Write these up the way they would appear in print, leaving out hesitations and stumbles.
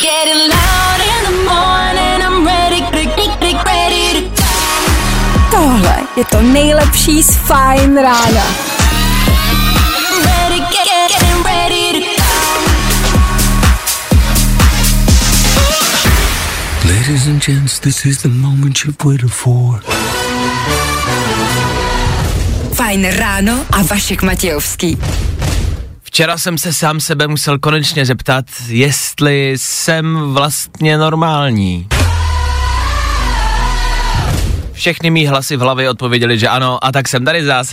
Tohle je to nejlepší z Fajn rána. Ladies and gents, this is the moment you've waited for. Fajn ráno a Vašek Matějovský. Včera jsem se sám sebe musel konečně zeptat, jestli jsem vlastně normální. Všechny mý hlasy v hlavě odpověděli, že ano, a tak jsem tady zas.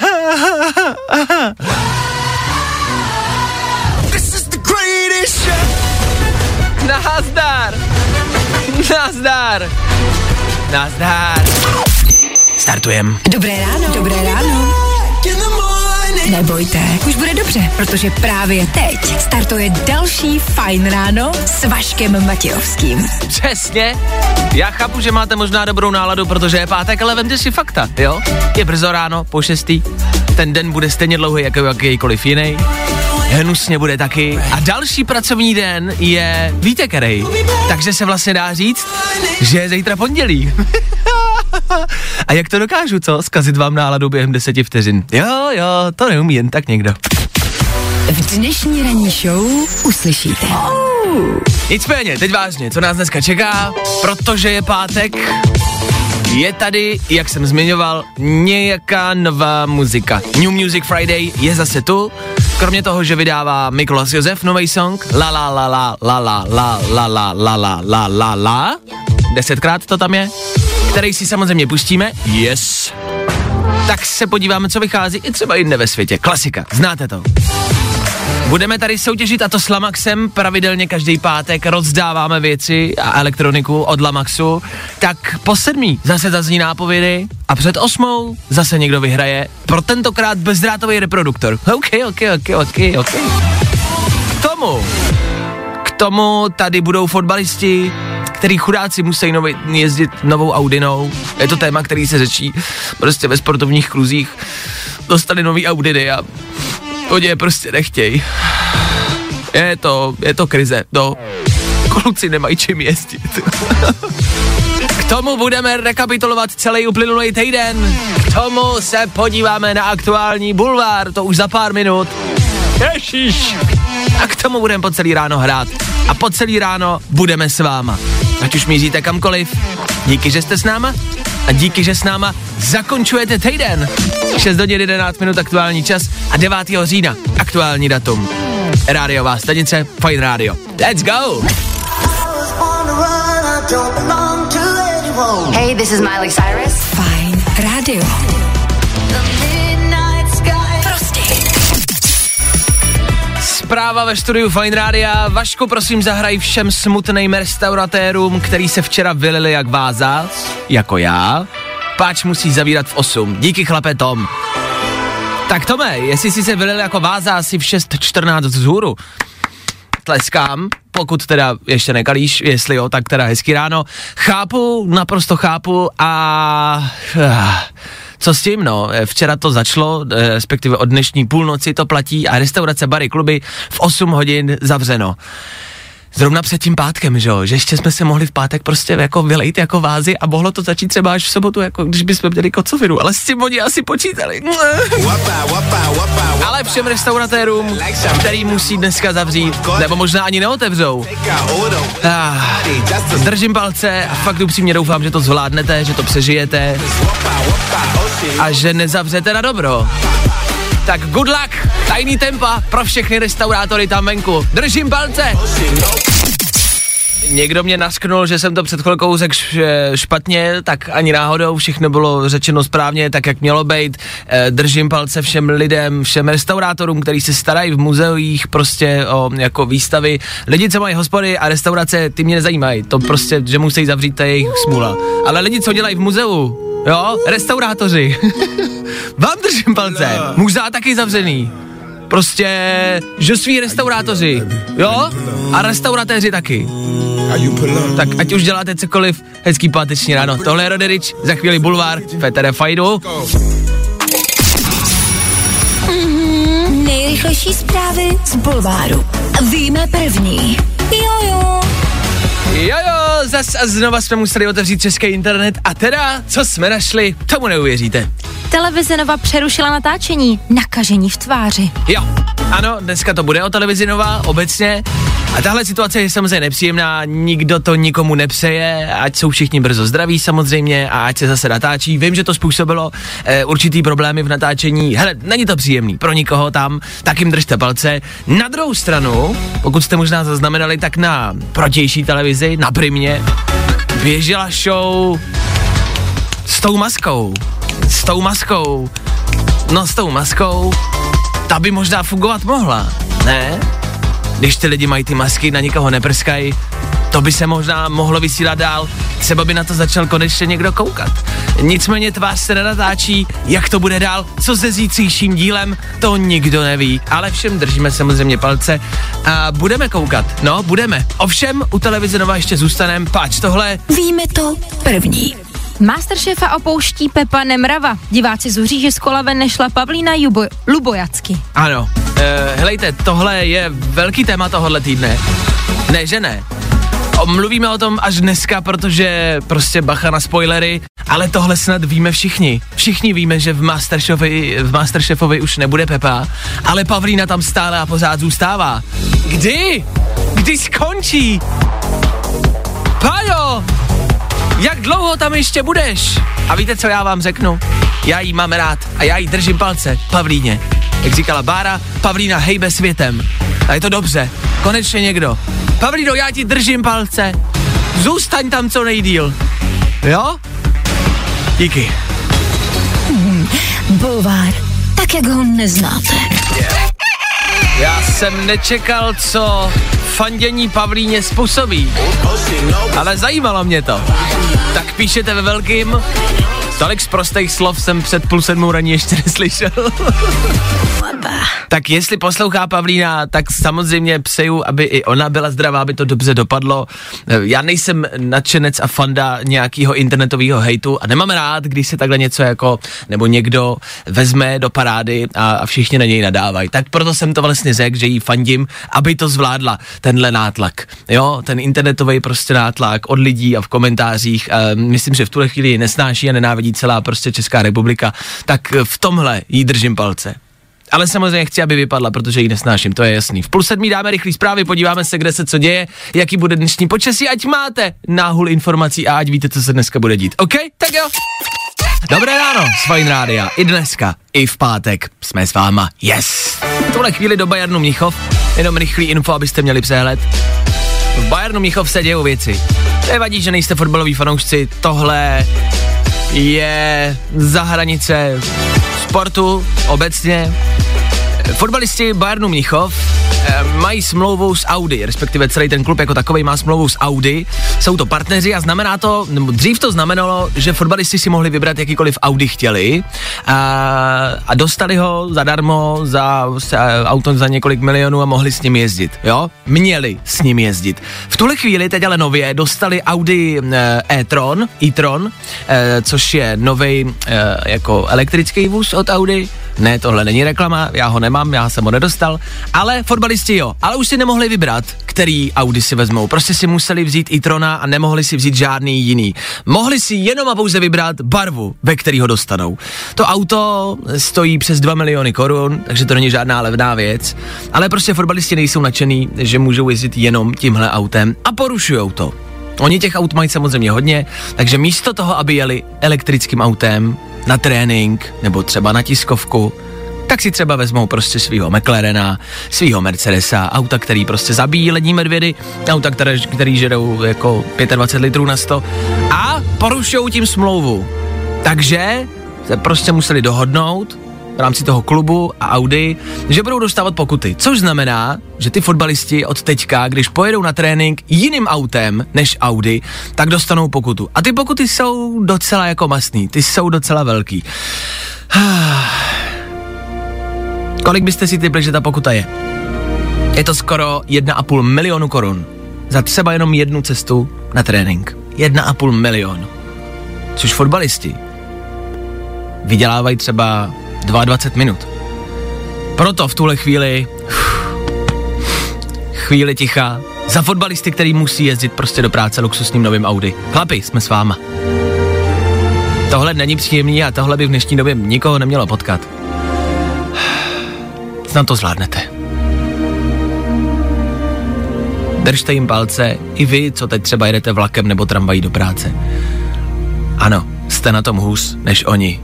Nazdar! Nazdar! Nazdar! Startujem. Dobré ráno. Dobré ráno. Nebojte, už bude dobře, protože právě teď startuje další Fajn ráno s Vaškem Matějovským. Přesně. Já chápu, že máte možná dobrou náladu, protože je pátek, ale vemte si fakta, jo? Je brzo ráno, po 6. Ten den bude stejně dlouhý jako jakýkoliv jiný. Hnusně bude taky. A další pracovní den je, víte který? Takže se vlastně dá říct, že je zítra pondělí. A jak to dokážu, co? Zkazit vám náladu během 10 vteřin. Jo, to neumí jen tak někdo. V dnešní ranní show uslyšíte. Nicméně, teď vážně, co nás dneska čeká, protože je pátek, je tady, jak jsem zmiňoval, nějaká nová muzika. New Music Friday je zase tu, kromě toho, že vydává Mikolas Josef nový song, la la la la la la la la la la la la la la, 10krát to tam je, který si samozřejmě pustíme, yes, tak se podíváme, co vychází i třeba jinde ve světě, klasika, znáte to. Budeme tady soutěžit, a to s Lamaxem, pravidelně každý pátek rozdáváme věci a elektroniku od Lamaxu, tak po 7 zase zazní nápovědy a před 8 zase někdo vyhraje, pro tentokrát bezdrátový reproduktor. OK. K tomu tady budou fotbalisti, který chudáci musí jezdit novou Audinou. Je to téma, který se řečí prostě ve sportovních kluzích. Dostali nový Audiny a oni je prostě nechtějí. Je to krize, no. Kluci nemají čím jezdit. K tomu budeme rekapitulovat celý uplynulý týden. K tomu se podíváme na aktuální bulvár, to už za pár minut. Ježiš. A k tomu budeme po celý ráno hrát. A po celý ráno budeme s váma. Ať už míříte kamkoliv. Díky, že jste s náma. A díky, že s náma zakončujete týden. 6 hodin 11 minut aktuální čas a 9. října aktuální datum. Rádiová stanice Fajn rádio. Let's go! Hey, this is Miley Cyrus. Fajn rádio. Prostě. Zpráva ve studiu Fajn rádia. Vašku, prosím, zahraj všem smutným restauratérům, který se včera vylili jak váza, jako já. Páč musí zavírat v 8. Díky, chlape Tom. Tak Tome, jestli jsi se vylil jako váza asi v 6:14 vzhůru, tleskám, pokud teda ještě nekalíš, jestli jo, tak teda hezký ráno. Chápu, naprosto chápu a co s tím, no, včera to začalo, respektive od dnešní půlnoci to platí a restaurace, bary, kluby v 8 hodin zavřeno. Zrovna před tím pátkem, že ještě jsme se mohli v pátek prostě jako vylejt jako vázy a mohlo to začít třeba až v sobotu, jako když bychom měli kocovinu, ale s tím oni asi počítali. Ale všem restauratérům, který musí dneska zavřít, nebo možná ani neotevřou. Držím palce a fakt upřímně doufám, že to zvládnete, že to přežijete a že nezavřete na dobro. Tak good luck, tajný tempa pro všechny restaurátory tam venku. Držím palce. Někdo mě nasknul, že jsem to před chvilkou řekl špatně, tak ani náhodou, všechno bylo řečeno správně, tak jak mělo být. Držím palce všem lidem, všem restaurátorům, kteří se starají v muzeích prostě o jako výstavy. Lidi, co mají hospody a restaurace, ty mě nezajímají, to prostě, že musí zavřít, to je jejich smůla. Ale lidi, co dělají v muzeu, jo, restaurátoři, vám držím palce, muzea taky zavřený. Prostě, že svý restaurátoři, jo? A restauratéři taky. Tak ať už děláte cokoliv, hezký páteční ráno. Tohle je Roderič, za chvíli bulvár, Fétere Fajdu. Nejrychlejší zprávy z bulváru. Víme první. Jo. zas a znova jsme museli otevřít český internet a teda, co jsme našli, tomu neuvěříte. Televize Nova přerušila natáčení. Nakažení v tváři. Jo, ano, dneska to bude o televizi Nova, obecně. A tahle situace je samozřejmě nepříjemná, nikdo to nikomu nepřeje, ať jsou všichni brzo zdraví samozřejmě a ať se zase natáčí. Vím, že to způsobilo určitý problémy v natáčení. Hele, není to příjemný pro nikoho tam, tak jim držte palce. Na druhou stranu, pokud jste možná zaznamenali, tak na protější televizi, na Primě, běžela show s tou maskou, ta by možná fungovat mohla, ne? Když ty lidi mají ty masky, na nikoho neprskají, to by se možná mohlo vysílat dál, třeba by na to začal konečně někdo koukat. Nicméně tvář se nenatáčí, jak to bude dál, co se zítřejším dílem, to nikdo neví, ale všem držíme samozřejmě palce a budeme koukat, budeme. Ovšem, u televize Nova ještě zůstanem, páč tohle. Víme to první. Masterchefa opouští Pepa Nemrava. Diváci zuří, že z kola ven nešla Pavlína Lubojacky. Ano, helejte, tohle je velký téma tohohle týdne. Ne, že ne. Mluvíme o tom až dneska, protože prostě bacha na spoilery, ale tohle snad víme všichni. Všichni víme, že v Masterchefovi už nebude Pepa, ale Pavlína tam stále a pořád zůstává. Kdy? Kdy skončí? Pájo! Jak dlouho tam ještě budeš? A víte, co já vám řeknu? Já jí mám rád a já jí držím palce, Pavlíně. Jak říkala Bára, Pavlína hejbe světem. A je to dobře, konečně někdo. Pavlíno, já ti držím palce. Zůstaň tam co nejdýl. Jo? Díky. Bulvár, tak jak ho neznáte. Já jsem nečekal, co fandění Pavlíně způsobí, ale zajímalo mě to. Tak píšete ve velkým, tolik z prostých slov jsem před 6:30 raní ještě neslyšel. Tak jestli poslouchá Pavlína, tak samozřejmě přeju, aby i ona byla zdravá, aby to dobře dopadlo. Já nejsem nadšenec a fanda nějakého internetového hejtu a nemám rád, když se takhle něco nebo někdo vezme do parády a všichni na něj nadávají. Tak proto jsem to vlastně řekl, že jí fandím, aby to zvládla, tenhle nátlak. Jo, ten internetový prostě nátlak od lidí a v komentářích. Myslím, že v tuhle chvíli ji nesnáší a nenávidí celá prostě Česká republika. Tak v tomhle jí držím palce. Ale samozřejmě chci, aby vypadla, protože ji nesnáším, to je jasný. V 6:30 dáme rychlý zprávy, podíváme se, kde se co děje, jaký bude dnešní počasí, ať máte náhul informací a ať víte, co se dneska bude dít. OK? Tak jo. Dobré ráno z Fajn Rádia. I dneska, i v pátek jsme s váma. Yes. V tuhle chvíli do Bayernu Mnichov, jenom rychlý info, abyste měli přehled. V Bayernu Mnichov se dějou věci. Nevadí, že nejste fotbaloví fanoušci, tohle je za hranice sportu obecně. Fotbalisti Bayernu Mnichov mají smlouvu s Audi, respektive celý ten klub jako takovej má smlouvu s Audi. Jsou to partneři a znamená to, dřív to znamenalo, že fotbalisti si mohli vybrat jakýkoliv Audi chtěli a dostali ho zadarmo za auto za několik milionů a mohli s ním jezdit, jo? Měli s ním jezdit. V tuhle chvíli teď ale nově dostali Audi e-tron, což je novej jako elektrický vůz od Audi. Ne, tohle není reklama, já ho nemám, já jsem ho nedostal, ale fotbalisti jo, ale už si nemohli vybrat, který Audi si vezmou, prostě si museli vzít e-trona a nemohli si vzít žádný jiný. Mohli si jenom a pouze vybrat barvu, ve který ho dostanou. To auto stojí přes 2 miliony korun, takže to není žádná levná věc, ale prostě fotbalisti nejsou nadšený, že můžou jezdit jenom tímhle autem a porušujou to. Oni těch aut mají samozřejmě hodně, takže místo toho, aby jeli elektrickým autem na trénink nebo třeba na tiskovku, tak si třeba vezmou prostě svýho McLarena, svýho Mercedesa, auta, který prostě zabíjí lední medvědy, auta, který žerou jako 25 litrů na 100 a porušujou tím smlouvu. Takže se prostě museli dohodnout v rámci toho klubu a Audi, že budou dostávat pokuty, což znamená, že ty fotbalisti od teďka, když pojedou na trénink jiným autem než Audi, tak dostanou pokutu. A ty pokuty jsou docela jako mastný, ty jsou docela velký. Kolik byste si typli, že ta pokuta je? Je to skoro 1,5 milionu korun. Za třeba jenom jednu cestu na trénink. 1,5 milionu. Což fotbalisti vydělávají třeba 22 minut. Proto v tuhle chvíli ticha Za fotbalisty, který musí jezdit prostě do práce luxusním novým Audi. Chlapi, jsme s váma. Tohle není příjemný a tohle by v dnešní době nikoho nemělo potkat. Snad to zvládnete. Držte jim palce, i vy, co teď třeba jedete vlakem nebo tramvají do práce. Ano, jste na tom hůř než oni.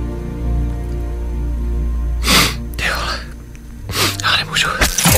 Ty vole, já nemůžu.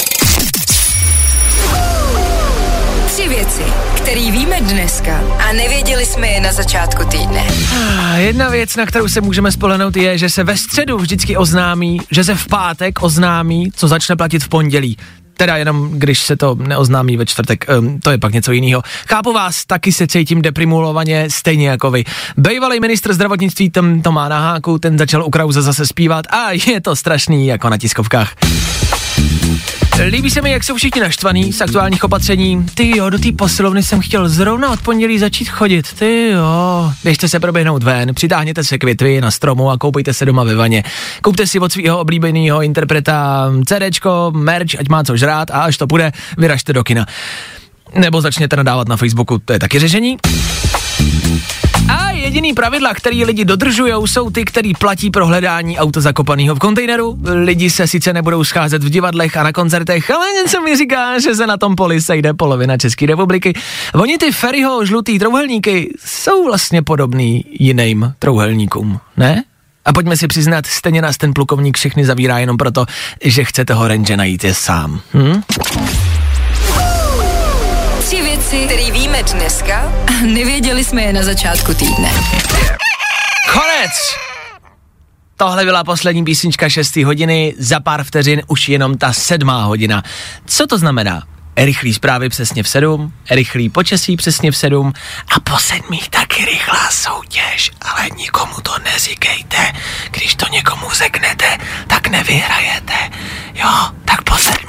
3 věci, které víme dneska a nevěděli jsme je na začátku týdne. Jedna věc, na kterou se můžeme spolehnout, je, že se ve středu vždycky oznámí, že se v pátek oznámí, co začne platit v pondělí. Teda jenom, když se to neoznámí ve čtvrtek, to je pak něco jiného. Chápu vás, taky se cítím deprimulovaně, stejně jako vy. Bejvalý ministr zdravotnictví to má na háku, ten začal u Krause zase zpívat a je to strašný, jako na tiskovkách. Líbí se mi, jak jsou všichni naštvaný z aktuálních opatření. Ty jo, do té posilovny jsem chtěl zrovna od pondělí začít chodit. Ty jo, běžte se proběhnout ven, přitáhněte se k větvi na stromu a koupejte se doma ve vaně. Kupte si od svého oblíbeného interpreta CDčko, merch, ať má co žrát a až to půjde, vyražte do kina. Nebo začněte nadávat na Facebooku, to je taky řešení. A jediný pravidla, který lidi dodržujou, jsou ty, který platí pro hledání auta zakopaného v kontejneru. Lidi se sice nebudou scházet v divadlech a na koncertech, ale něco mi říká, že se na tom poli sejde polovina České republiky. Oni ty Ferryho žlutý trouhelníky jsou vlastně podobný jiným trouhelníkům, ne? A pojďme si přiznat, stejně nás ten plukovník všechny zavírá jenom proto, že chce toho range najít je sám. 3 věci, které víme dneska a nevěděli jsme je na začátku týdne. Konec! Tohle byla poslední písnička 6. hodiny, za pár vteřin už jenom ta 7. hodina. Co to znamená? Rychlý zprávy přesně v 7, rychlý počasí přesně v 7 a po 7 taky rychlá soutěž, ale nikomu to neříkejte, když to někomu řeknete, tak nevyhrajete, jo, tak po 7.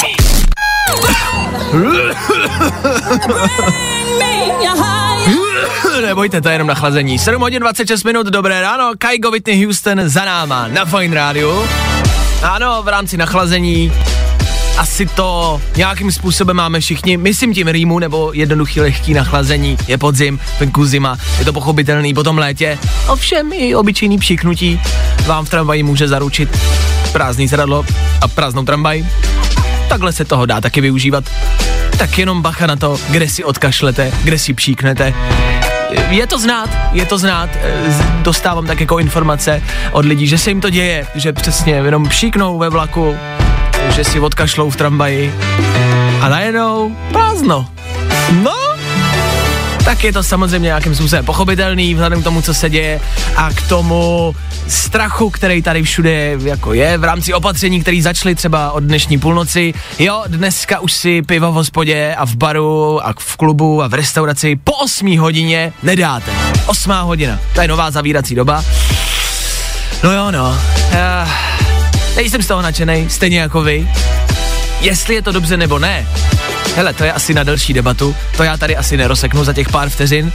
Nebojte, to je jenom nachlazení. 7 hodin 26 minut, dobré ráno, Kygo, Whitney Houston za náma na Fajn rádiu. Ano, v rámci nachlazení asi to nějakým způsobem máme všichni, myslím tím rýmu, nebo jednoduchý lehký nachlazení, je podzim, venku zima, je to pochopitelný po tom létě, ovšem i obyčejný pšiknutí vám v tramvaji může zaručit prázdný sedadlo a prázdnou tramvaj. Takhle se toho dá taky využívat. Tak jenom bacha na to, kde si odkašlete, kde si pšíknete. Je to znát, dostávám tak jako informace od lidí, že se jim to děje, že přesně jenom pšíknou ve vlaku, že si odkašlou v tramvaji a najednou prázdno. No, tak je to samozřejmě nějakým způsobem pochopitelný vzhledem k tomu, co se děje a k tomu strachu, který tady všude jako je v rámci opatření, který začaly třeba od dnešní půlnoci. Jo, dneska už si pivo v hospodě a v baru a v klubu a v restauraci po 8 hodině nedáte. 8 hodina, to je nová zavírací doba. No jo, no. Nejsem z toho nadšenej, stejně jako vy. Jestli je to dobře nebo ne, hele, to je asi na delší debatu, to já tady asi nerozseknu za těch pár vteřin.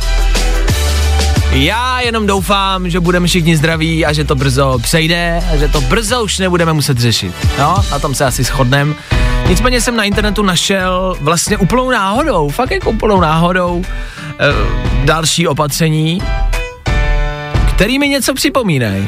Já jenom doufám, že budeme všichni zdraví a že to brzo přejde a že to brzo už nebudeme muset řešit. No, na tom se asi shodneme. Nicméně jsem na internetu našel vlastně úplnou náhodou, fakt jako úplnou náhodou další opatření, který mi něco připomínají.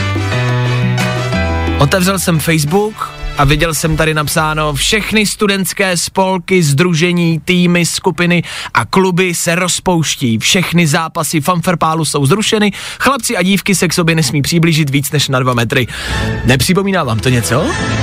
Otevřel jsem Facebook a viděl jsem tady napsáno: všechny studentské spolky, sdružení, týmy, skupiny a kluby se rozpouští. Všechny zápasy fanfarpálu jsou zrušeny, chlapci a dívky se k sobě nesmí přiblížit víc než na 2 metry. Nepřipomíná vám to něco?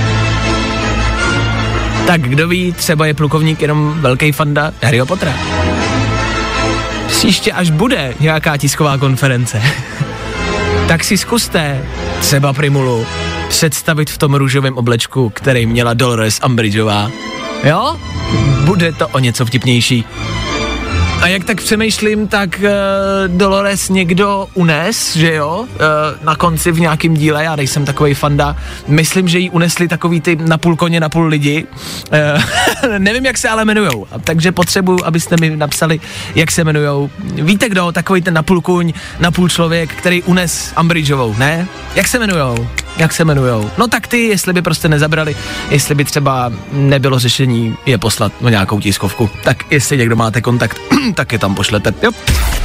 Tak kdo ví, třeba je plukovník jenom velký fanda Harryho Pottera. Příště, až bude nějaká tisková konference, tak si zkuste třeba Primulu představit v tom růžovém oblečku, který měla Dolores Umbridgeová. Jo? Bude to o něco vtipnější. A jak tak přemýšlím, tak Dolores někdo unes, že jo? Na konci v nějakém díle, já nejsem takovej fanda. Myslím, že jí unesli takový ty na půl koně, na půl lidi. Nevím, jak se ale jmenujou. Takže potřebuju, abyste mi napsali, jak se jmenujou. Víte kdo? Takový ten na půl kuň, na půl člověk, který unes Umbridgeovou, ne? Jak se jmenujou? jak se jmenujou. No tak ty, jestli by prostě nezabrali, jestli by třeba nebylo řešení je poslat na nějakou tiskovku, tak jestli někdo máte kontakt, tak je tam pošlete, jo.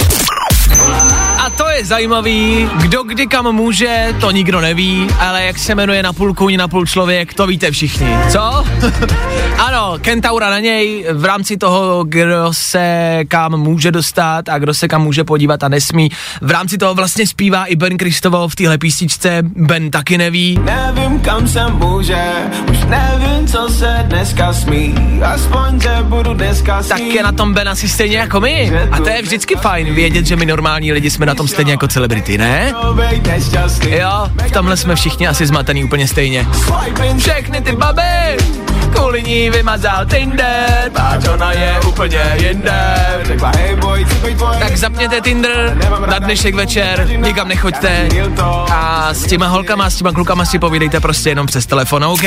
A to je zajímavý, kdo kdy kam může, to nikdo neví, ale jak se jmenuje na půl kůň, na půl člověk, to víte všichni, co? Ano, kentaura na něj, v rámci toho, kdo se kam může dostat a kdo se kam může podívat a nesmí. V rámci toho vlastně zpívá i Ben Kristoval v téhle písničce, Ben taky neví. Nevím, kam se může, už nevím, co se dneska smí, aspoň se budu dneska smí. Tak je na tom Ben asi stejně jako my. A to je vždycky fajn vědět, že my normální lidi jsme na tom stejně jako celebrity, ne? Jo, v tomhle jsme všichni asi zmatený úplně stejně. Všechny ty baby, kvůli ní vymazal Tinder, páč ona je úplně jinde. Tak zapněte Tinder na dnešek večer, nikam nechoďte a s těma holkama, s těma klukama si povídejte prostě jenom přes telefon, OK?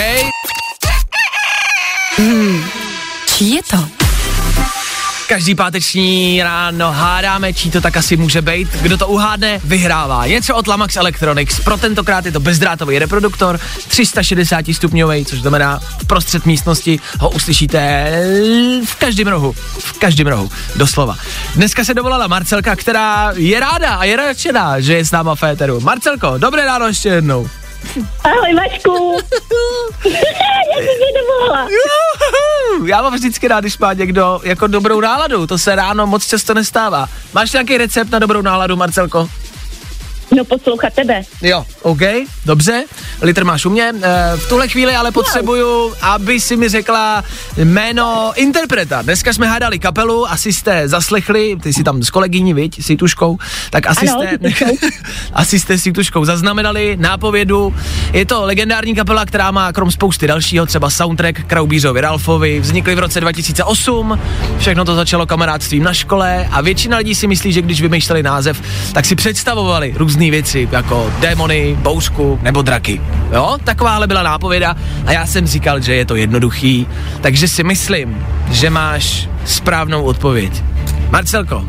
Čí je to? Každý páteční ráno hádáme, čí to tak asi může být. Kdo to uhádne, vyhrává. Něco od Lamax Electronics. Pro tentokrát je to bezdrátový reproduktor, 360 stupňový, což znamená v prostřed místnosti ho uslyšíte v každém rohu. V každém rohu, doslova. Dneska se dovolala Marcelka, která je ráda a je radšená, že je s náma v éteru. Marcelko, dobré ráno ještě jednou. Ahoj, Vašku. Já jsem se dovolala. Já mám vždycky rád, když má někdo jako dobrou náladu, to se ráno moc často nestává. Máš nějaký recept na dobrou náladu, Marcelko? No, poslouchat tebe. Jo, OK, dobře, litr máš u mě. V tuhle chvíli ale potřebuju, aby si mi řekla jméno interpreta. Dneska jsme hádali kapelu, asi jste zaslechli, ty jsi tam s kolegyní, viď, s Jituškou, tak asi ano, asi jste s Jituškou zaznamenali nápovědu. Je to legendární kapela, která má krom spousty dalšího, třeba soundtrack k Raubířovi Ralfovi, vznikly v roce 2008, všechno to začalo kamarádstvím na škole a většina lidí si myslí, že když vymýšleli název, tak si představovali různý věci, jako démony, bouřku nebo draky. Jo, takováhle byla nápověda a já jsem říkal, že je to jednoduchý, takže si myslím, že máš správnou odpověď. Marcelko,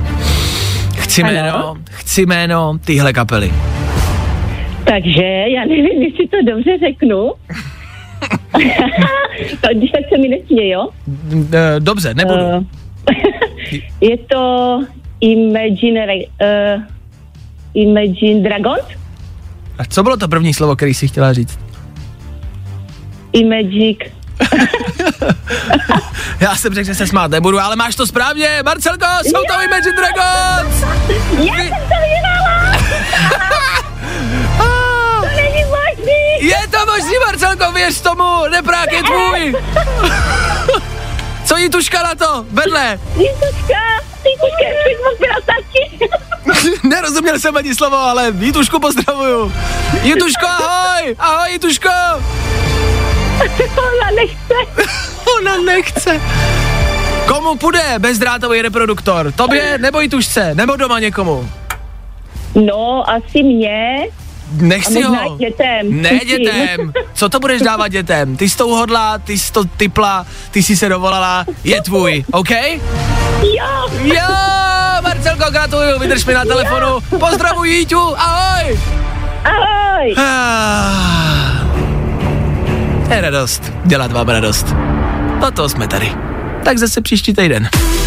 chci jméno téhle kapely. Takže já nevím, jestli to dobře řeknu. Když tak se mi nesměj, jo? Dobře, nebudu. Je to Imagine Dragons? A co bylo to první slovo, který jsi chtěla říct? Magic. Já jsem řekl, že se smát nebudu, ale máš to správně, Marcelko, jsou to Imagine Dragons! Já jsem to vyhrala! To není možný! Je to možný, Marcelko, věř tomu, neprák je tvůj! Co Jituška na to? Vedle! Jituška je překvapila taky! Nerozuměl jsem ani slovo, ale Jitušku pozdravuju. Jituško, ahoj! Ahoj, Jituško! Ona nechce. Komu půjde bezdrátový reproduktor? Tobě nebo Jitušce? Nebo doma někomu? No, asi mě. Nech si ho. Dětem. Ne dětem. Co to budeš dávat dětem? Ty jsi to uhodla, ty jsi to typla, ty jsi se dovolala, je tvůj, OK? Jo, Marcelko, gratuluju, vydrž mi na telefonu. Pozdravuj Jíťu, ahoj. Ahoj. Je radost, dělat vám radost. No to jsme tady. Tak zase příští týden.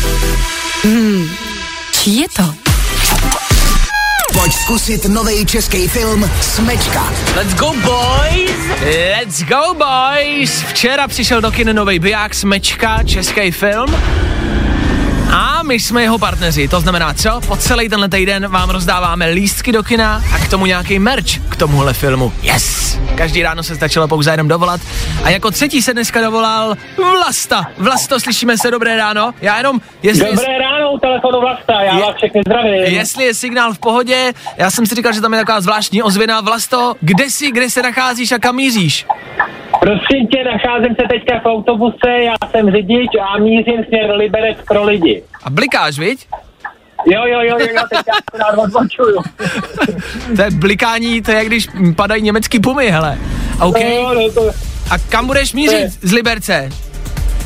Čí je to? Pojď zkusit nový český film Smečka. Let's go boys! Let's go boys! Včera přišel do kin nový biják Smečka, český film. A my jsme jeho partneři, to znamená co? Po celý tenhle týden vám rozdáváme lístky do kina a k tomu nějaký merch k tomuhle filmu. Yes! Každý ráno se stačilo pouze jenom dovolat. A jako třetí se dneska dovolal Vlasta. Vlasto, slyšíme se, dobré ráno. Já jenom, Dobré ráno, u telefonu Vlasta, já vás všechny zdravím. Jestli je signál v pohodě, já jsem si říkal, že tam je taková zvláštní ozvěna. Vlasto, kde se nacházíš a kam míříš? Prosím tě, nacházím se teďka v autobuse, já jsem řidič a mířím směr Liberec pro lidi. A blikáš, viď? Jo, teď já se rád odbočuju. To je blikání, to je jak když padají německý pumy, hele. OK. No, A kam budeš mířit z Liberce?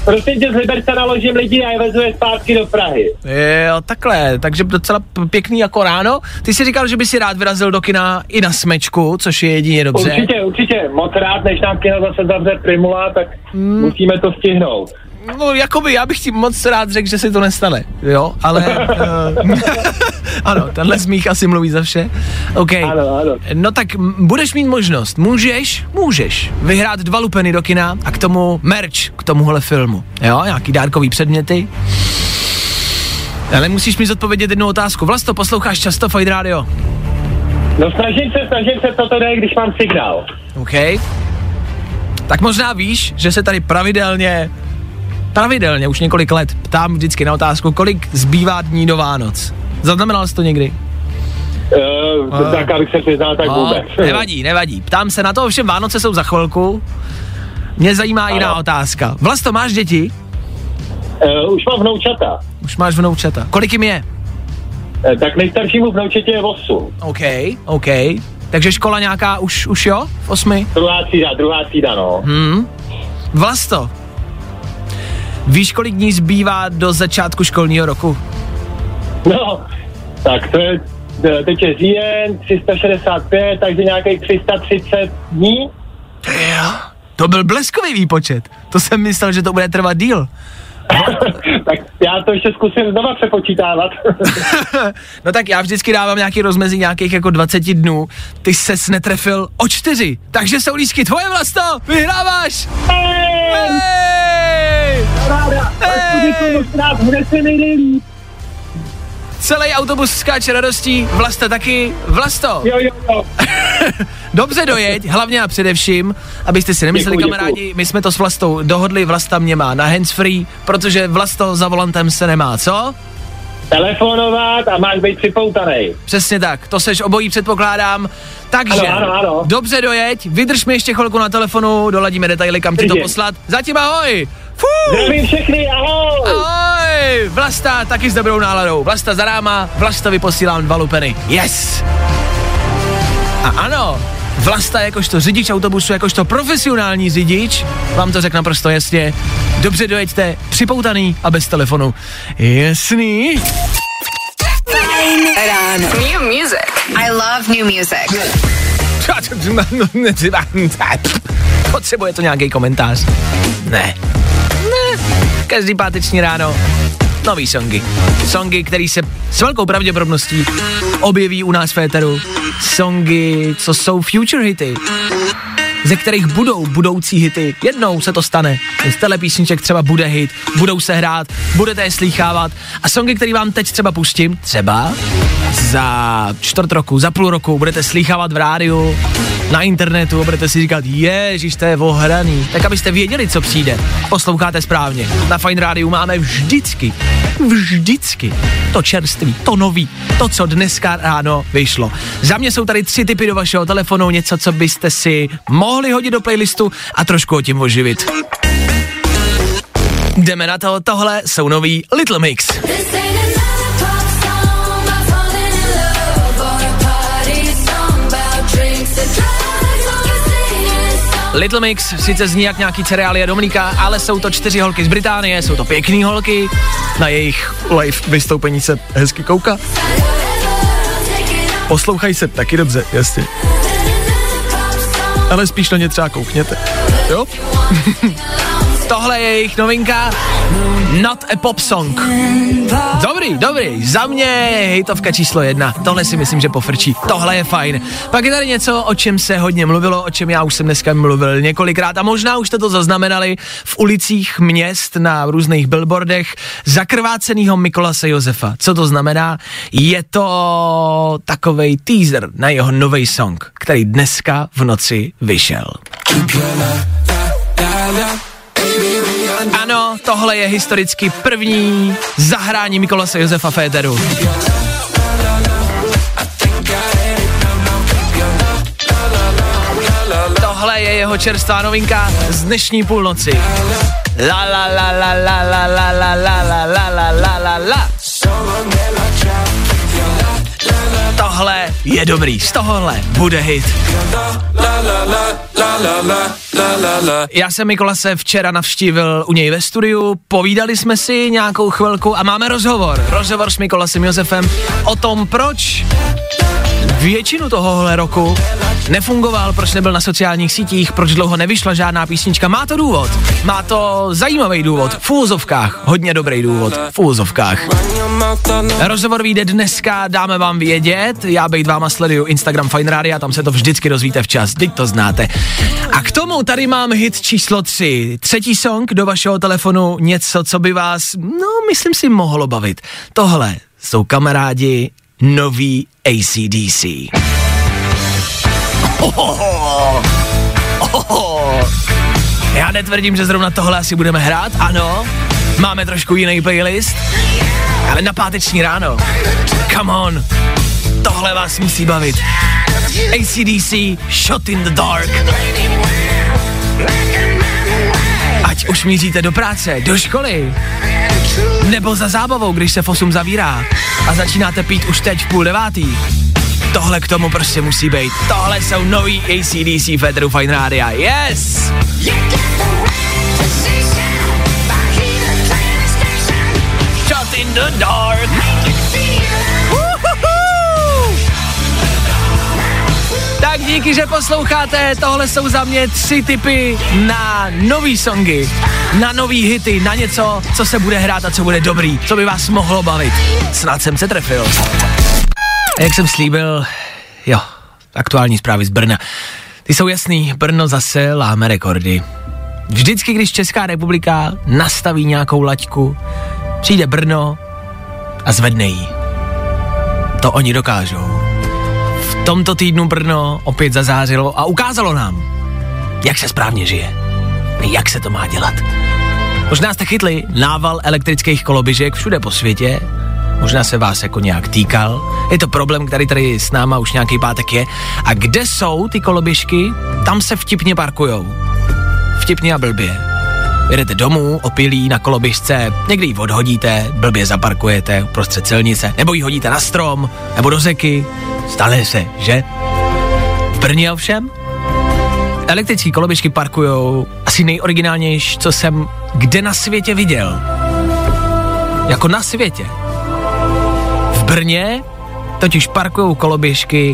Prosím tě, z Liberce naložím lidi a je vezu je zpátky do Prahy. Jo, takhle, takže docela pěkný jako ráno. Ty jsi říkal, že by si rád vyrazil do kina i na Smečku, což je jedině dobře. Určitě, moc rád, než nám kino zase zavře Primula, tak musíme to stihnout. No, jakoby, já bych ti moc rád řekl, že si to nestane, jo, ale ano, tenhle smích asi mluví za vše. OK. Ano. No tak budeš mít možnost, můžeš vyhrát 2 lupeny do kina a k tomu merch, k tomuhle filmu, jo, nějaký dárkový předměty. Ale musíš mi zodpovědět jednu otázku. Vlasto, posloucháš často Fajn Radio? No snažím se, toto jde, když mám signál. OK. Tak možná víš, že se tady pravidelně už několik let ptám vždycky na otázku, kolik zbývá dní do Vánoc. Zaznamenal jsi to někdy? Tak abych se přiznal, tak vůbec. Nevadí. Ptám se na to, ovšem Vánoce jsou za chvilku. Mě zajímá jiná otázka. Vlasto, máš děti? Už mám vnoučata. Už máš vnoučata. Kolik jim je? Tak nejstaršímu vnoučetě je 8. OK. Takže škola nějaká už jo? V 8? Druhá třída, no. Vlasto, víš, kolik dní zbývá do začátku školního roku? No, tak to je, teď je říjen, 365, takže nějakých 330 dní. Jo, to byl bleskový výpočet. To jsem myslel, že to bude trvat díl. Tak já to ještě zkusím znova přepočítávat. No tak já vždycky dávám nějaký rozmezí nějakých jako 20 dnů. Ty ses netrefil o 4, takže jsou lístky tvoje, Vlasto, vyhráváš! Hej! Celý autobus skáče radostí, Vlasta taky. Vlasto! Jo. Dobře dojeď, hlavně a především, abyste si nemysleli, kamarádi, my jsme to s Vlastou dohodli, Vlasta mě má na handsfree, protože Vlasto za volantem se nemá, co? Telefonovat a máš být připoutanej. Přesně tak, to seš obojí, předpokládám. Takže, ano. Dobře dojeď, vydrž mi ještě chvilku na telefonu, doladíme detaily, kam ti to poslat. Zatím ahoj! Zdravím všechny, ahoj! Ahoj! Vlasta taky s dobrou náladou. Vlasta za náma, Vlastovi posílám 2 lupeny. Yes! A ano, Vlasta jakožto řidič autobusu, jakožto profesionální řidič, vám to řekl naprosto jasně. Dobře dojeďte, připoutaný a bez telefonu. Jasný? Fajn ráno. New music. I love new music. Potřebuje to nějaký komentář? Ne. Každý páteční ráno nový songy. Songy, který se s velkou pravděpodobností objeví u nás v éteru. Songy, co jsou future hity, ze kterých budou budoucí hity. Jednou se to stane. Z téhle písniček třeba bude hit, budou se hrát, budete je slýchávat. A songy, který vám teď třeba pustím, třeba za čtvrt roku, za půl roku budete slýchávat v rádiu, na internetu a budete si říkat, ježiš, to je ohraný. Tak abyste věděli, co přijde, posloucháte správně. Na Fajn rádiu máme vždycky to čerství, to nový, to, co dneska ráno vyšlo. Za mě jsou tady 3 tipy do vašeho telefonu, něco, co byste si mohli hodit do playlistu a trošku o tím oživit. Jdeme na to, tohle jsou nový Little Mix. Little Mix sice zní jak nějaký cereálie do mlíka, ale jsou to 4 holky z Británie, jsou to pěkný holky, na jejich live vystoupení se hezky kouká. Poslouchají se taky dobře, jasně. Ale spíš na ně třeba koukněte, jo? Tohle je jejich novinka, Not a Pop Song. Dobrý, za mě je hitovka číslo 1, tohle si myslím, že pofrčí, tohle je fajn. Pak je tady něco, o čem se hodně mluvilo, o čem já už jsem dneska mluvil několikrát a možná už jste to zaznamenali v ulicích měst na různých billboardech, zakrvácenýho Mikolase Josefa. Co to znamená? Je to takovej teaser na jeho nový song, který dneska v noci vyšel. Ano, tohle je historicky první zahrání Mikolase Josefa v éteru. Tohle je jeho čerstvá novinka z dnešní půlnoci. La la la la la la la la la la la la la la la. Tohle je dobrý, z tohohle bude hit. Já jsem Mikolase včera navštívil u něj ve studiu, povídali jsme si nějakou chvilku a máme rozhovor s Mikolasem Josefem o tom, proč většinu tohohle roku nefungoval, proč nebyl na sociálních sítích, proč dlouho nevyšla žádná písnička. Má to důvod, má to zajímavý důvod, v úvozovkách, hodně dobrý důvod, v úvozovkách. Rozhovor vyjde dneska, dáme vám vědět, já bejt váma sleduju Instagram Fine Radio, tam se to vždycky dozvíte včas, teď to znáte. A k tomu tady mám hit číslo 3, třetí song do vašeho telefonu, něco, co by vás, myslím si, mohlo bavit. Tohle jsou kamarádi nový AC/DC. Já netvrdím, že zrovna tohle asi budeme hrát, ano, máme trošku jiný playlist, ale na páteční ráno, come on, tohle vás musí bavit. AC/DC, Shot in the Dark. Ať už míříte do práce, do školy, nebo za zábavou, když se v 8 zavírá a začínáte pít už teď v 8:30. Tohle k tomu prostě musí být. Tohle jsou nový AC/DC v éteru Fine Rádia. Yes! Shot in the dark. Tak díky, že posloucháte, tohle jsou za mě 3 tipy na nový songy, na nový hity, na něco, co se bude hrát a co bude dobrý, co by vás mohlo bavit. Snad jsem se trefil. Jak jsem slíbil, aktuální zprávy z Brna. Ty jsou jasný, Brno zase láme rekordy. Vždycky, když Česká republika nastaví nějakou laťku, přijde Brno a zvedne jí. To oni dokážou. V tomto týdnu Brno opět zazářilo a ukázalo nám, jak se správně žije, jak se to má dělat. Možná jste chytli nával elektrických koloběžek všude po světě, možná se vás jako nějak týkal, je to problém, který tady s náma už nějaký pátek je. A kde jsou ty koloběžky, tam se vtipně parkujou. Vtipně a blbě. Jedete domů, opilí na koloběžce, někdy ji odhodíte, blbě zaparkujete uprostřed silnice, nebo ji hodíte na strom, nebo do řeky. Stane se, že? V Brně ovšem elektrické koloběžky parkujou asi nejoriginálnější, co jsem kde na světě viděl. Jako na světě. V Brně totiž parkujou koloběžky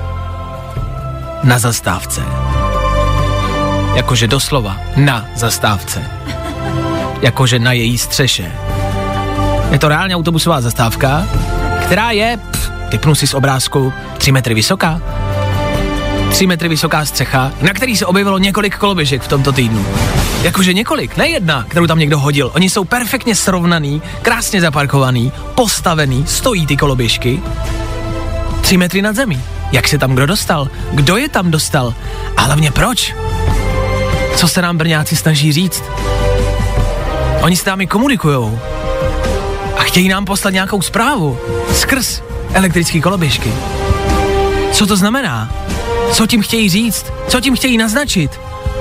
na zastávce. Jakože doslova na zastávce. Jakože na její střeše. Je to reálně autobusová zastávka, která je, typnu si z obrázku, 3 metry vysoká. 3 metry vysoká střecha, na který se objevilo několik koloběžek v tomto týdnu. Jakože několik, ne jedna, kterou tam někdo hodil. Oni jsou perfektně srovnaný, krásně zaparkovaný, postavený, stojí ty koloběžky. 3 metry nad zemí. Jak se tam kdo dostal? Kdo je tam dostal? A hlavně proč? Co se nám Brňáci snaží říct? Oni s námi komunikujou a chtějí nám poslat nějakou zprávu skrz elektrické koloběžky. Co to znamená? Co tím chtějí říct? Co tím chtějí naznačit?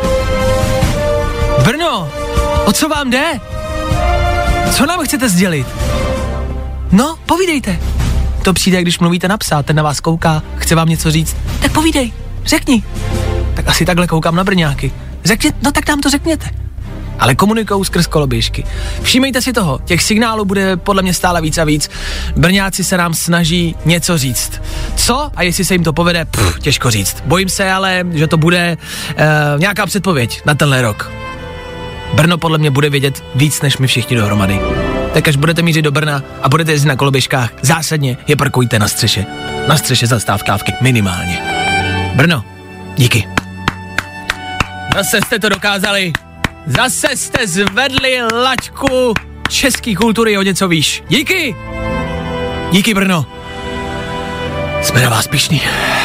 Brno, o co vám jde? Co nám chcete sdělit? No, povídejte. To přijde, když mluvíte na psa, ten na vás kouká, chce vám něco říct. Tak povídej, řekni. Tak asi takhle koukám na Brňáky. No tak nám to řekněte. Ale komunikujou skrz koloběžky. Všímejte si toho, těch signálů bude podle mě stále víc a víc. Brňáci se nám snaží něco říct. Co? A jestli se jim to povede, těžko říct. Bojím se ale, že to bude nějaká předpověď na tenhle rok. Brno podle mě bude vědět víc než my všichni dohromady. Tak až budete mířit do Brna a budete jezdit na koloběžkách, zásadně je parkujte na střeše. Na střeše zastávkávky minimálně. Brno, díky. Zase jste to dokázali. Zase jste zvedli laťku český kultury o něco výš. Díky! Díky, Brno. Jsme na vás pyšní.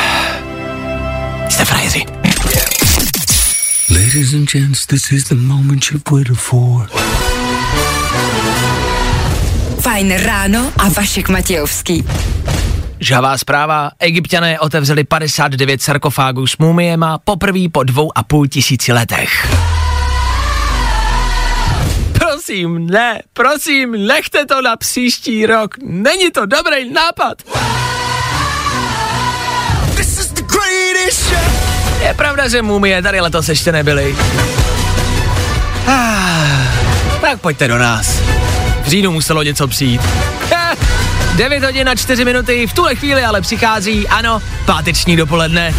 Jste frajeři. Ladies and gents, this is the moment you've waited for. Fajn ráno a Vašek Matějovský. Žhavá zpráva, Egypťané otevřeli 59 sarkofágů s mumiema poprvé po 2500 letech. Prosím, nechte to na příští rok, není to dobrý nápad. Je pravda, že mumie tady letos ještě nebyly. Tak pojďte do nás. V říjnu muselo něco přijít. 9 hodin a 4 minuty, v tuhle chvíli ale přichází, ano, páteční dopoledne.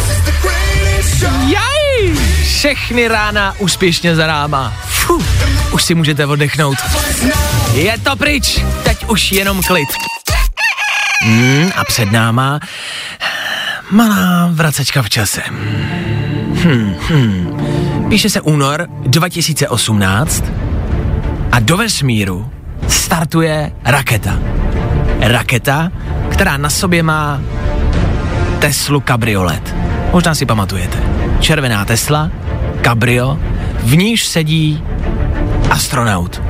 Jaj! Všechny rána úspěšně za náma. Už si můžete oddechnout. Je to pryč, teď už jenom klid. A před náma malá vracečka v čase. Píše se únor 2018 a do vesmíru startuje raketa. Raketa, která na sobě má Teslu kabriolet. Možná si pamatujete. Červená Tesla, kabrio, v níž sedí astronaut.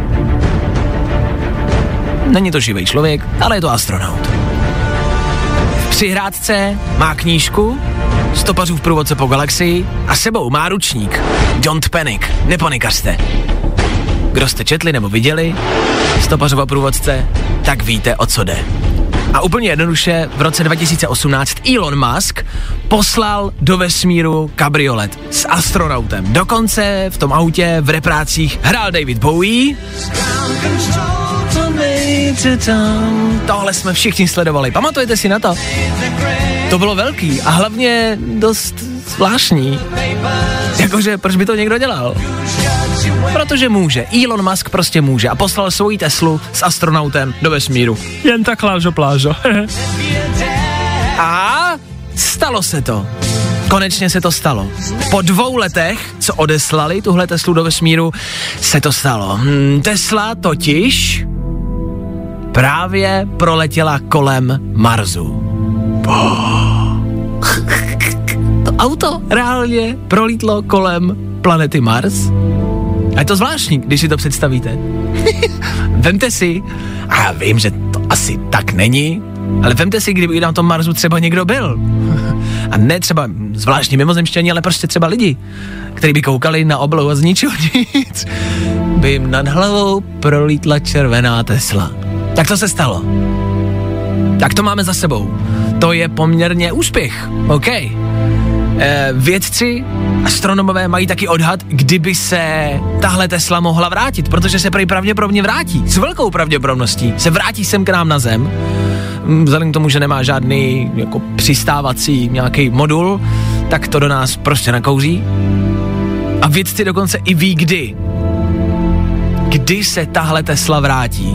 Není to živý člověk, ale je to astronaut. V přihrádce má knížku, Stopařův průvodce po galaxii a sebou má ručník. Don't panic, nepanikařte. Kdo jste četli nebo viděli Stopařova průvodce, tak víte, o co jde. A úplně jednoduše v roce 2018 Elon Musk poslal do vesmíru kabriolet s astronautem. Dokonce v tom autě v reprácích hrál David Bowie. Tohle jsme všichni sledovali. Pamatujete si na to? To bylo velký a hlavně dost zvláštní. Jakože, proč by to někdo dělal? Protože může. Elon Musk prostě může a poslal svoji Teslu s astronautem do vesmíru. Jen tak plážo. A stalo se to. Konečně se to stalo. Po 2 letech, co odeslali tuhle Teslu do vesmíru, se to stalo. Tesla totiž právě proletěla kolem Marsu. To auto reálně prolítlo kolem planety Mars. A je to zvláštní, když si to představíte. Vemte si, a já vím, že to asi tak není, ale vemte si, kdyby na tom Marsu třeba někdo byl. A ne třeba zvláštní mimozemšťani, ale prostě třeba lidi, kteří by koukali na oblohu a z ničeho nic, by jim nad hlavou prolítla červená Tesla. Tak to se stalo. Tak to máme za sebou. To je poměrně úspěch, OK. Vědci, astronomové mají taky odhad, kdyby se tahle Tesla mohla vrátit, protože se pravděpodobně vrátí. S velkou pravděpodobností se vrátí sem k nám na Zem. Vzhledem k tomu, že nemá žádný jako přistávací nějaký modul, tak to do nás prostě nakouří. A vědci dokonce i ví, kdy se tahle Tesla vrátí.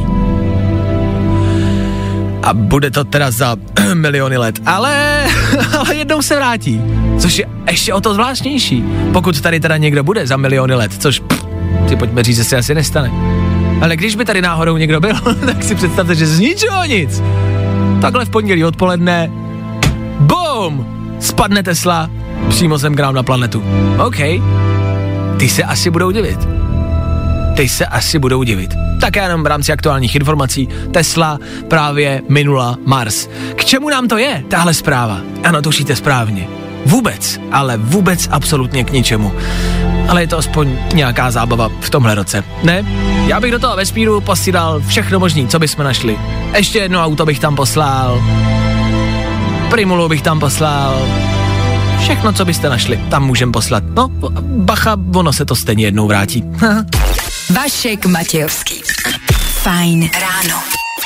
A bude to teda za miliony let, ale jednou se vrátí, což je ještě o to zvláštnější, pokud tady teda někdo bude za miliony let, což si pojďme říct, že se asi nestane. Ale když by tady náhodou někdo byl, tak si představte, že z ničeho nic. Takhle v pondělí odpoledne, BOOM! Spadne Tesla přímo sem k nám na planetu. OK, ty se asi budou divit. Tak jenom v rámci aktuálních informací, Tesla právě minula Mars. K čemu nám to je, tahle zpráva? Ano, tušíte správně. Vůbec, ale vůbec absolutně k ničemu. Ale je to aspoň nějaká zábava v tomhle roce, ne? Já bych do toho vesmíru posílal všechno možný, co bychom našli. Ještě jedno auto bych tam poslal, Primulu bych tam poslal, všechno, co byste našli, tam můžem poslat. No, bacha, ono se to stejně jednou vrátí. Vašek Matějovský. Fajn ráno.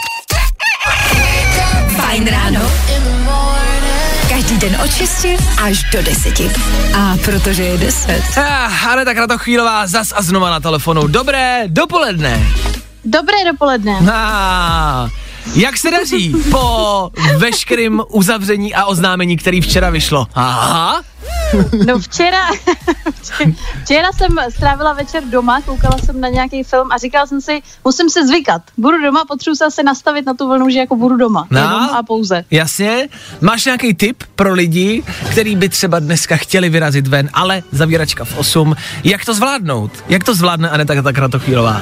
Fajn ráno. Každý den od 6 až do 10. A protože je 10. Aneta Kratochvílová zas a znova na telefonu. Dobré dopoledne. Dobré dopoledne. Jak se daří po veškerém uzavření a oznámení, který včera vyšlo? Aha. No včera jsem strávila večer doma, koukala jsem na nějaký film a říkala jsem si, musím se zvykat. Budu doma, potřebuji se asi nastavit na tu vlnu, že jako budu doma. Jenom a pouze. Jasně. Máš nějaký tip pro lidi, kteří by třeba dneska chtěli vyrazit ven, ale zavíračka v 8. Jak to zvládnout? Jak to zvládne Aneta Kratochvílová?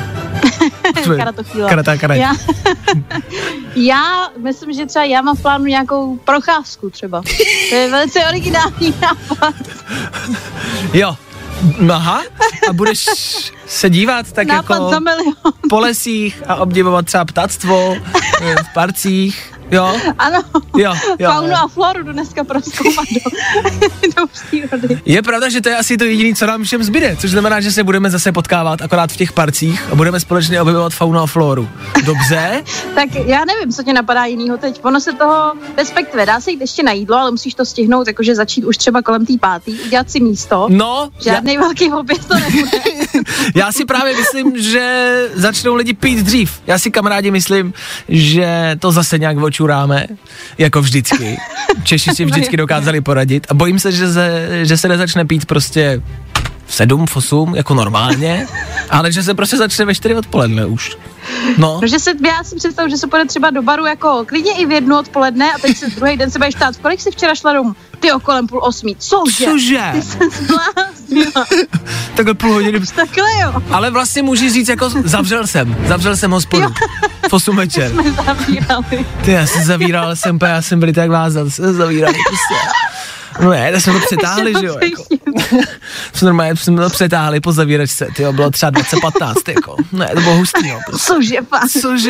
Já myslím, že třeba já mám v plánu nějakou procházku třeba. To je velice originální nápad. Jo. Aha. A se dívat tak nápad jako za milion. Po lesích a obdivovat třeba ptactvo v parcích, jo? Ano, jo, faunu a floru dneska prozkoumat do přírody. Je pravda, že to je asi to jediné, co nám všem zbyde, což znamená, že se budeme zase potkávat akorát v těch parcích a budeme společně objevovat faunu a floru. Dobře? Tak já nevím, co tě napadá jinýho teď. Ono se toho, respektive dá se jít ještě na jídlo, ale musíš to stihnout, jakože začít už třeba kolem 5:00, udělat si místo. No. Žádnej velký oběd to nebude. Já si právě myslím, že začnou lidi pít dřív. Já si, kamarádi, myslím, že to zase nějak očuráme, jako vždycky. Češi si vždycky dokázali poradit a bojím se, že se nezačne pít prostě v 7, v 8, jako normálně, ale že se prostě začne ve 4 odpoledne už. No. Protože já si představuji, že se půjde třeba do baru jako klidně i v 1 odpoledne a teď se druhý den se budeš ptát, v kolik jsi včera šla domů? Ty kolem 7:30. Cože? Ty se zbláznila. Takhle půl hodiny. Takhle jo. Ale vlastně můžu říct, jako zavřel jsem hospodu. V 8 večer. Jsme zavírali. Ty, já jsem zavíral, já jsem byl tak vázat, jsem zavírali prostě. No ne, tak jsme to přetáhli, že jo, jako. jsme to přetáhli po zavíračce, tyjo, bylo třeba 20:15, jako. Ne, to bylo hustý, no. Prostě. Cože?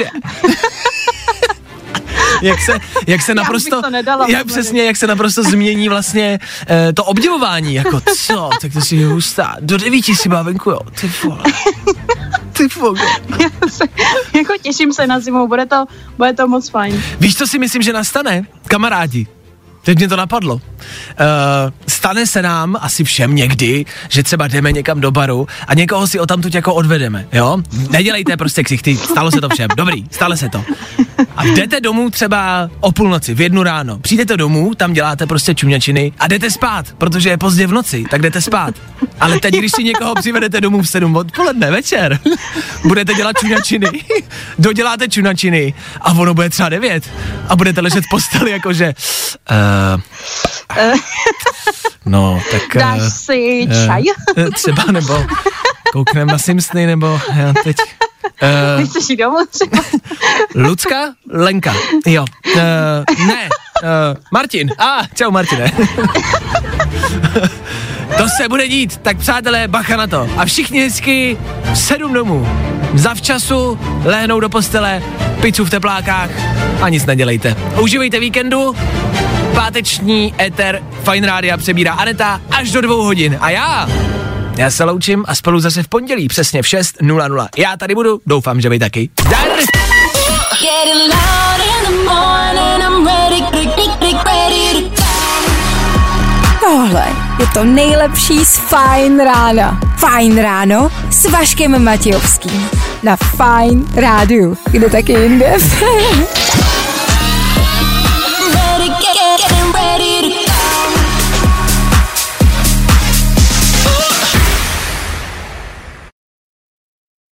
Jak se naprosto, jak se naprosto změní vlastně to obdivování, jako co, tak to si je hustá, do 9 si byla venku, jo, ty vole. Jako těším se na zimu, bude to moc fajn. Víš, co si myslím, že nastane, kamarádi? Teď mě to napadlo. Stane se nám asi všem někdy, že třeba jdeme někam do baru a někoho si odtamtud jako odvedeme, jo? Nedělejte prostě ksichty, stalo se to všem, dobrý, stalo se to. A jdete domů třeba o půlnoci, v 1 ráno. Přijdete domů, tam děláte prostě čuňačiny a jdete spát, protože je pozdě v noci, tak jdete spát. Ale teď, když si někoho přivedete domů v 7 odpoledne, večer, budete dělat čuňačiny, doděláte čuňačiny a ono bude třeba 9 a budete ležet v posteli jakože... No, tak... Dáš si čaj? Třeba, nebo koukneme na Simpsony, nebo já teď... Chceš jít domů třeba? Lucka? Lenka, jo. Ne, Martin. Čau Martine. To se bude dít, tak přátelé, bacha na to. A všichni hezky 7 domů. Zavčasu lehnou do postele, pizzu v teplákách a nic nedělejte. Užívejte víkendu, páteční éter Fajn rádia přebírá Aneta až do 2 hodin. A já se loučím a spolu zase v pondělí přesně v 6:00. Já tady budu, doufám, že vy taky. Dar! Tohle je to nejlepší z Fajn rána. Fajn ráno s Vaškem Matějovským. Na Fajn rádiu. Kde taky jinde?